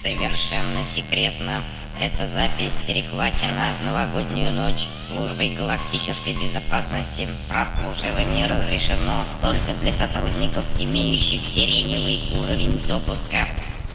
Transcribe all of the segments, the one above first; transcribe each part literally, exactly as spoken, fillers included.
Совершенно секретно. Эта запись перехвачена в новогоднюю ночь службой галактической безопасности. Прослушивание разрешено только для сотрудников, имеющих сиреневый уровень допуска.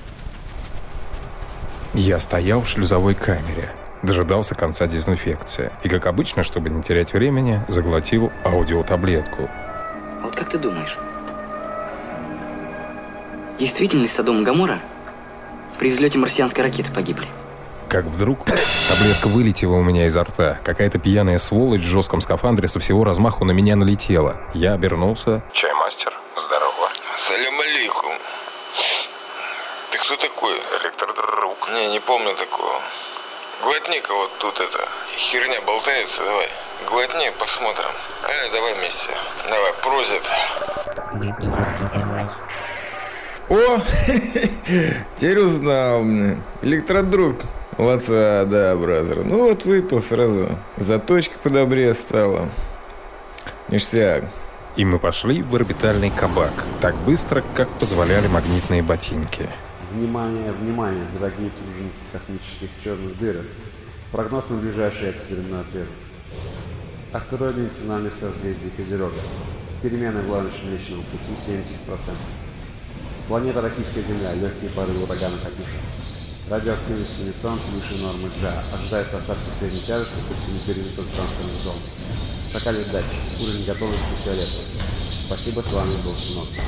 Я стоял в шлюзовой камере, дожидался конца дезинфекции. И, как обычно, чтобы не терять времени, заглотил аудиотаблетку. А вот как ты думаешь, действительно ли Содом и Гоморра при взлете марсианской ракеты погибли? Как вдруг таблетка вылетела у меня изо рта. Какая-то пьяная сволочь в жестком скафандре со всего размаху на меня налетела. Я обернулся. Чаймастер, здорово. Салям алейкум. Ты кто такой? Электродруг. Не, не помню такого. Глотни-ка вот тут это, херня болтается, давай. Глотни, посмотрим. Э, давай вместе. Давай, просит. Любительский давай. О, теперь узнал мне. Электродруг. Молодца, да, бразер. Ну вот выпил сразу. Заточка подобрее стала. Ништяк. И мы пошли в орбитальный кабак. Так быстро, как позволяли магнитные ботинки. Внимание, внимание, дорогие труженики космических черных дырок. Прогноз на ближайший экстренный ответ. Астероиды национальных созвездий Козерога. Перемены главного Млечного Пути семьдесят процентов. Планета Российская Земля. Легкие порывы урагана Катюша. Радиоактивность семи Солнца выше нормы Джа. Ожидаются осадки средней тяжести по всему периметру трансферных зон. Шакалий датчик. Уровень готовности фиолетовый. Спасибо, с вами был Синоптик.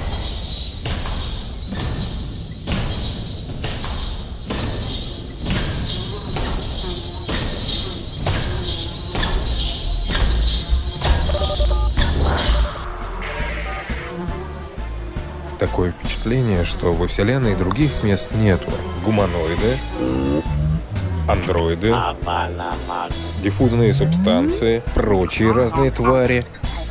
Такое впечатление, что во Вселенной других мест нету. Гуманоиды, андроиды, диффузные субстанции, прочие разные твари.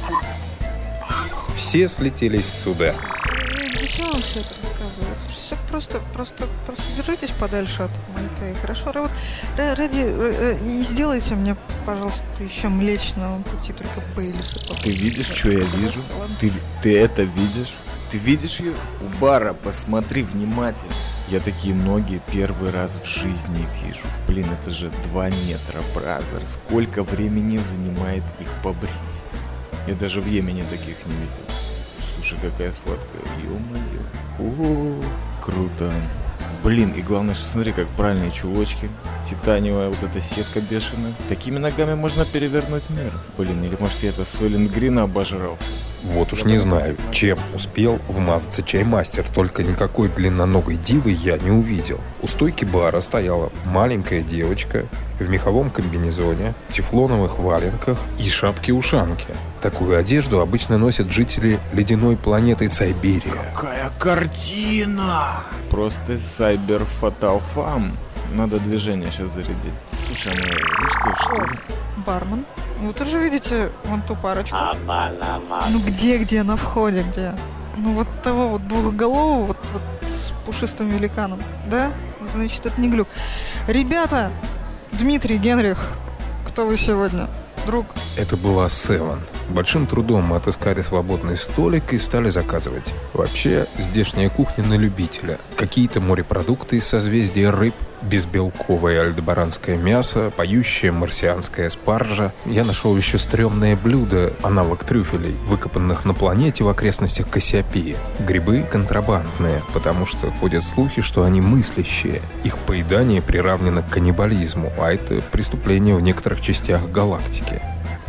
Все слетелись сюда. Зачем вам все это рассказывать? Все просто, просто, просто держитесь подальше от Мальтеи, хорошо? Вот ради, и сделайте мне, пожалуйста, еще Млечного Пути, только Бейлиса. Ты видишь, что я вижу? Ты, ты это видишь? Ты видишь ее? У бара, посмотри внимательно. Я такие ноги первый раз в жизни вижу. Блин, это же два метра, бразер. Сколько времени занимает их побрить? Я даже в Йемене таких не видел. Слушай, какая сладкая. Ё-моё. О, круто. Блин, и главное, что смотри, как правильные чулочки. Титаниевая вот эта сетка бешеная. Такими ногами можно перевернуть мир. Блин, или может я это Сойлент Грина обожрался? Вот уж не знаю, чем успел вмазаться чаймастер, только никакой длинноногой дивы я не увидел. У стойки бара стояла маленькая девочка в меховом комбинезоне, тефлоновых валенках и шапке-ушанке. Такую одежду обычно носят жители ледяной планеты Сайберия. Какая картина! Просто Сайбер Фатал Фам. Надо движение сейчас зарядить. Слушай, она русская, что ли? Бармен. Вот вы же видите вон ту парочку. Ну где, где, на входе, где? Ну вот того вот двухголового, вот, вот с пушистым великаном, да? Значит, это не глюк. Ребята, Дмитрий, Генрих, кто вы сегодня? Друг? Это была Севен. Большим трудом мы отыскали свободный столик и стали заказывать. Вообще, здешняя кухня на любителя. Какие-то морепродукты из созвездия рыб, безбелковое альдебаранское мясо, поющая марсианская спаржа. Я нашел еще стрёмное блюдо, аналог трюфелей, выкопанных на планете в окрестностях Кассиопеи. Грибы контрабандные, потому что ходят слухи, что они мыслящие. Их поедание приравнено к каннибализму, а это преступление в некоторых частях галактики.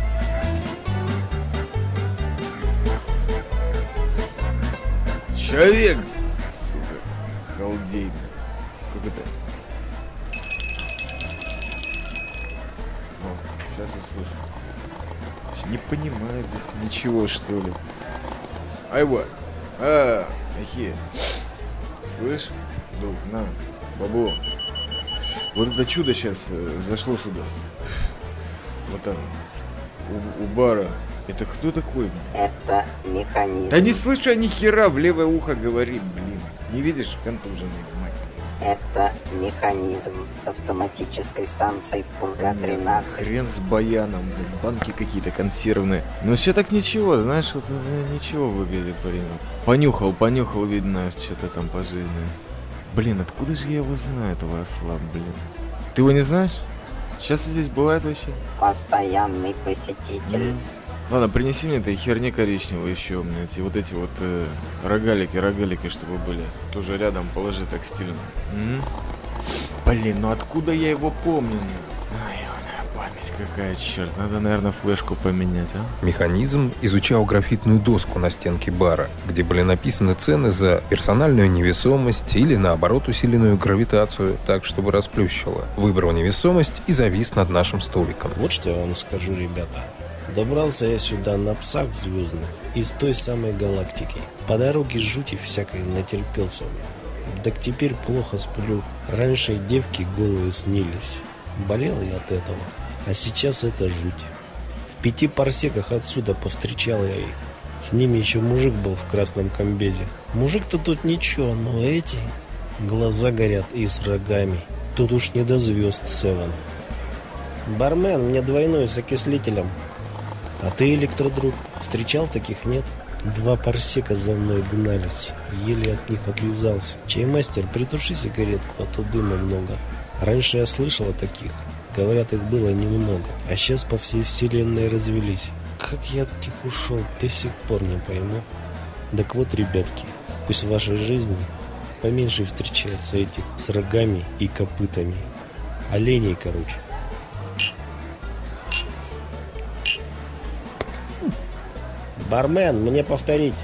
Человек! Сука, халдей. Как это? О, сейчас я слышу. Не понимаю здесь ничего, что ли. Айва! А, ахе. Слышь? Друг, на, бабу. Вот это чудо сейчас э, зашло сюда. Вот оно. У, у бара. Это кто такой? Это механизм. Да не слышу я ни хера, в левое ухо говорит, блин. Не видишь? Контуженный, мать. Это механизм с автоматической станцией Пурга тринадцать. Хрен с баяном, блин, банки какие-то консервные. Но все так ничего, знаешь, вот ничего выглядит, парень. Понюхал, понюхал, видно, что-то там по жизни. Блин, откуда же я его знаю, этого осла, блин? Ты его не знаешь? Сейчас здесь бывает вообще? Постоянный посетитель. Mm. Ладно, принеси мне этой херни коричневой еще, мне эти вот эти вот э, рогалики, рогалики, чтобы были. Тоже рядом положи так стильно. Mm. Блин, ну откуда я его помню? Ай, память какая, черт. Надо, наверное, флешку поменять, а? Механизм изучал графитную доску на стенке бара, где были написаны цены за персональную невесомость или, наоборот, усиленную гравитацию, так, чтобы расплющило. Выбрал невесомость и завис над нашим столиком. Вот что я вам скажу, ребята. Добрался я сюда на псах звездных из той самой галактики. По дороге жути всякой натерпелся. Так теперь плохо сплю. Раньше девки голые снились. Болел я от этого. А сейчас это жуть. В пяти парсеках отсюда повстречал я их. С ними еще мужик был в красном комбезе. Мужик-то тут ничего, но эти... Глаза горят и с рогами. Тут уж не до звезд, Севен. Бармен, мне двойной с окислителем. А ты, электродруг, встречал таких, нет? Два парсека за мной гнались. Еле от них отвязался. Чаймастер, притуши сигаретку, а то дыма много. Раньше я слышал о таких. Говорят, их было немного. А сейчас по всей вселенной развелись. Как я от них ушел, до сих пор не пойму. Так вот, ребятки, пусть в вашей жизни поменьше встречается этих с рогами и копытами. Оленей, короче. Бармен, мне повторить.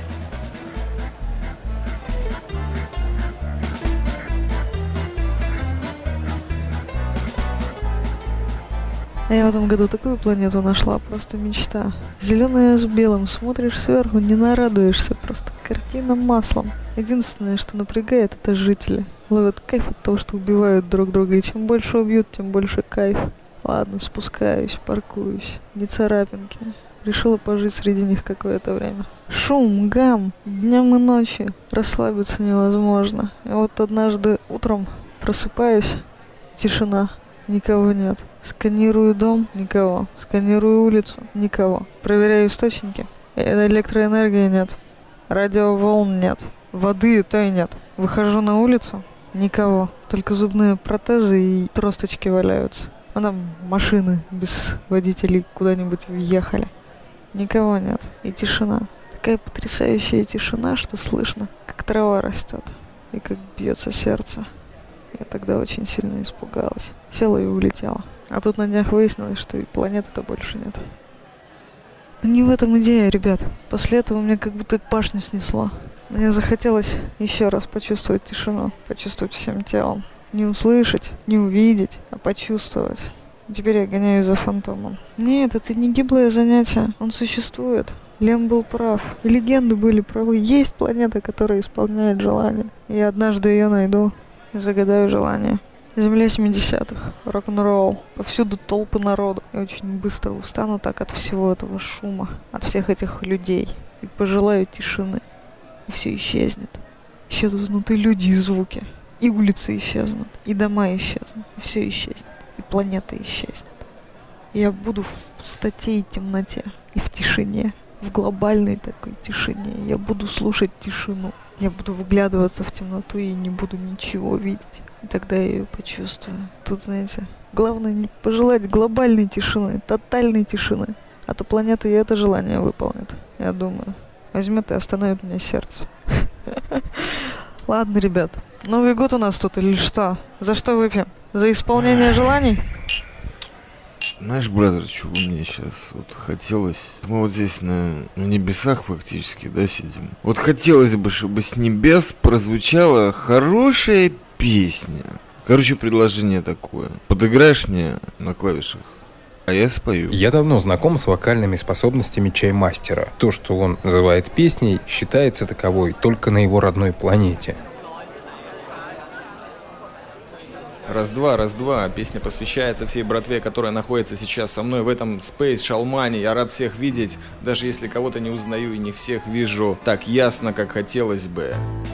А я в этом году такую планету нашла, просто мечта. Зеленая с белым, смотришь сверху, не нарадуешься, просто картина маслом. Единственное, что напрягает, это жители. Ловят кайф от того, что убивают друг друга, и чем больше убьют, тем больше кайф. Ладно, спускаюсь, паркуюсь, не царапинки. Решила пожить среди них какое-то время. Шум, гам, днем и ночью. Расслабиться невозможно. И вот однажды утром просыпаюсь, тишина, никого нет. Сканирую дом, никого. Сканирую улицу, никого. Проверяю источники, электроэнергии нет. Радиоволн нет. Воды и той нет. Выхожу на улицу, никого. Только зубные протезы и тросточки валяются. А там машины без водителей куда-нибудь въехали. Никого нет. И тишина. Такая потрясающая тишина, что слышно, как трава растет. И как бьется сердце. Я тогда очень сильно испугалась. Села и улетела. А тут на днях выяснилось, что и планеты-то больше нет. Но не в этом идея, ребят. После этого мне как будто башню снесло. Мне захотелось еще раз почувствовать тишину. Почувствовать всем телом. Не услышать, не увидеть, а почувствовать. Теперь я гоняюсь за фантомом. Нет, это не гиблое занятие. Он существует. Лем был прав. И легенды были правы. Есть планета, которая исполняет желания. И я однажды ее найду. И загадаю желание. Земля семидесятых. Рок-н-ролл. Повсюду толпы народу. Я очень быстро устану так от всего этого шума. От всех этих людей. И пожелаю тишины. И все исчезнет. Исчезнут и люди, и звуки. И улицы исчезнут. И дома исчезнут. И все исчезнет. И планета исчезнет. Я буду в пустоте и темноте. И в тишине. В глобальной такой тишине. Я буду слушать тишину. Я буду вглядываться в темноту и не буду ничего видеть. И тогда я ее почувствую. Тут, знаете, главное не пожелать глобальной тишины, тотальной тишины. А то планета и это желание выполнит. Я думаю. Возьмет и остановит мне сердце. Ладно, ребят. Новый год у нас тут или что? За что выпьем? За исполнение желаний? Знаешь, бразер, чего мне сейчас вот хотелось? Мы вот здесь на, на небесах фактически, да, сидим. Вот хотелось бы, чтобы с небес прозвучала хорошая песня. Короче, предложение такое. Подыграешь мне на клавишах? А я спою. Я давно знаком с вокальными способностями чаймастера. То, что он называет песней, считается таковой только на его родной планете. Раз-два, раз-два. Песня посвящается всей братве, которая находится сейчас со мной в этом Space Шалмане. Я рад всех видеть, даже если кого-то не узнаю и не всех вижу так ясно, как хотелось бы.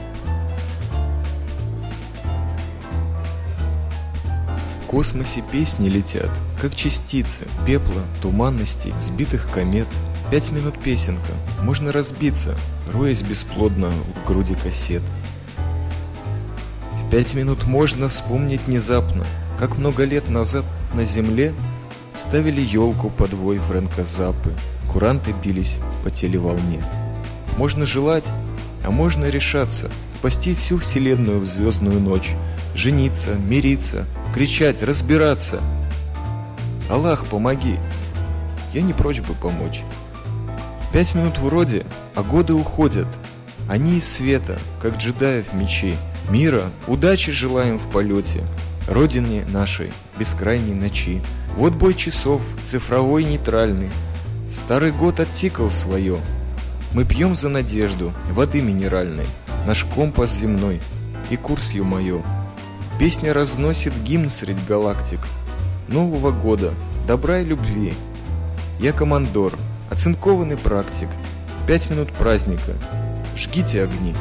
В космосе песни летят, как частицы пепла, туманностей, сбитых комет. Пять минут песенка, можно разбиться, роясь бесплодно в груди кассет. В Пять минут можно вспомнить внезапно, как много лет назад на земле ставили елку под вой Фрэнка Заппы, куранты бились по телеволне. Можно желать, а можно решаться, спасти всю вселенную в звездную ночь, жениться, мириться, кричать, разбираться. Аллах, помоги! Я не прочь бы помочь. Пять минут вроде, а годы уходят. Они из света, как джедаев мечи. Мира, удачи желаем в полете, родине нашей, бескрайней ночи. Вот бой часов, цифровой нейтральный. Старый год оттикал свое. Мы пьем за надежду воды минеральной, наш компас земной и курс ё-моё. Песня разносит гимн средь галактик Нового года, добра и любви. Я командор, оцинкованный практик. Пять минут праздника, жгите огни.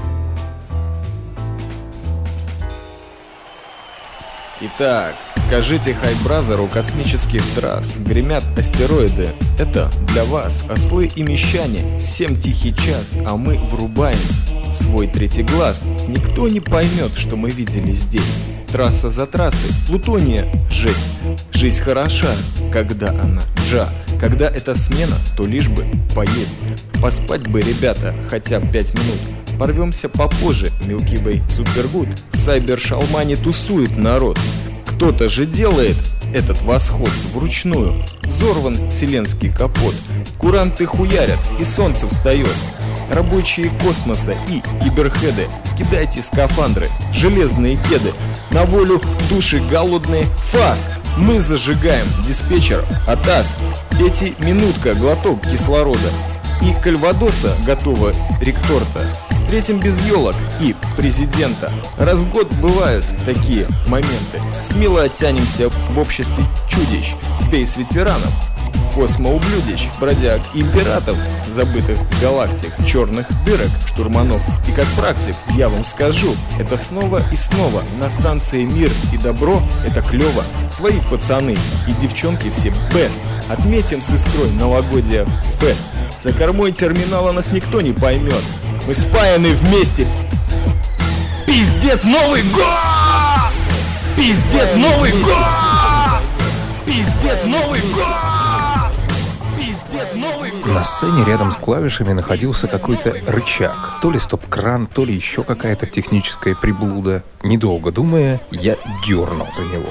Итак, скажите хайбразеру космических трасс, гремят астероиды. Это для вас, ослы и мещане, всем тихий час, а мы врубаем свой третий глаз. Никто не поймет, что мы видели здесь. Трасса за трассой, Плутония, жесть. Жизнь хороша, когда она джа. Когда это смена, то лишь бы поесть. Поспать бы, ребята, хотя бы пять минут. Порвемся попозже, Milky Way Супергуд. В Сайбер-Шалмане тусует народ. Кто-то же делает этот восход вручную. Взорван вселенский капот. Куранты хуярят, и солнце встает. Рабочие космоса и киберхеды, скидайте скафандры, железные кеды. На волю души голодные, фас. Мы зажигаем, диспетчер, АТАС. Эти минутка, глоток кислорода. И кальвадоса готова ректорта. Встретим без елок и президента. Раз в год бывают такие моменты. Смело оттянемся в обществе чудищ, спейс-ветеранов, космоублюдищ, бродяг и пиратов, забытых галактик, черных дырок, штурманов. И как практик я вам скажу, это снова и снова на станции «Мир и добро» это клево. Свои пацаны и девчонки все бест. Отметим с искрой новогодия фест. За кормой терминала нас никто не поймет. Мы спаяны вместе. Пиздец, Новый год! Пиздец, Новый год! Пиздец, Новый год! Пиздец, Новый год! На сцене рядом с клавишами находился какой-то рычаг. То ли стоп-кран, то ли еще какая-то техническая приблуда. Недолго думая, я дернул за него.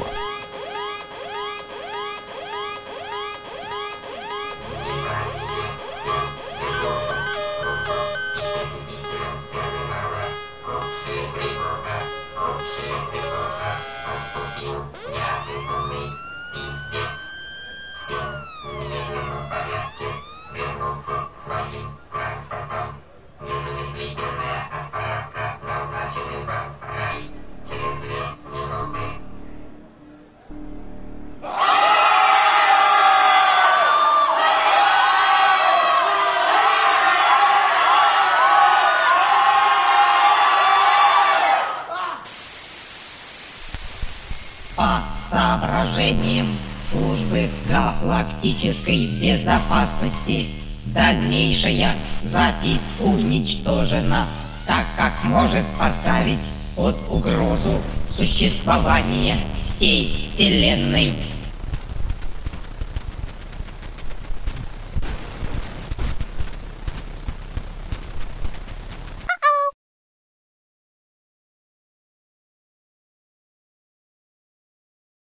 По соображениям службы галактической безопасности дальнейшая запись уничтожена, так как может поставить под угрозу существование всей Вселенной.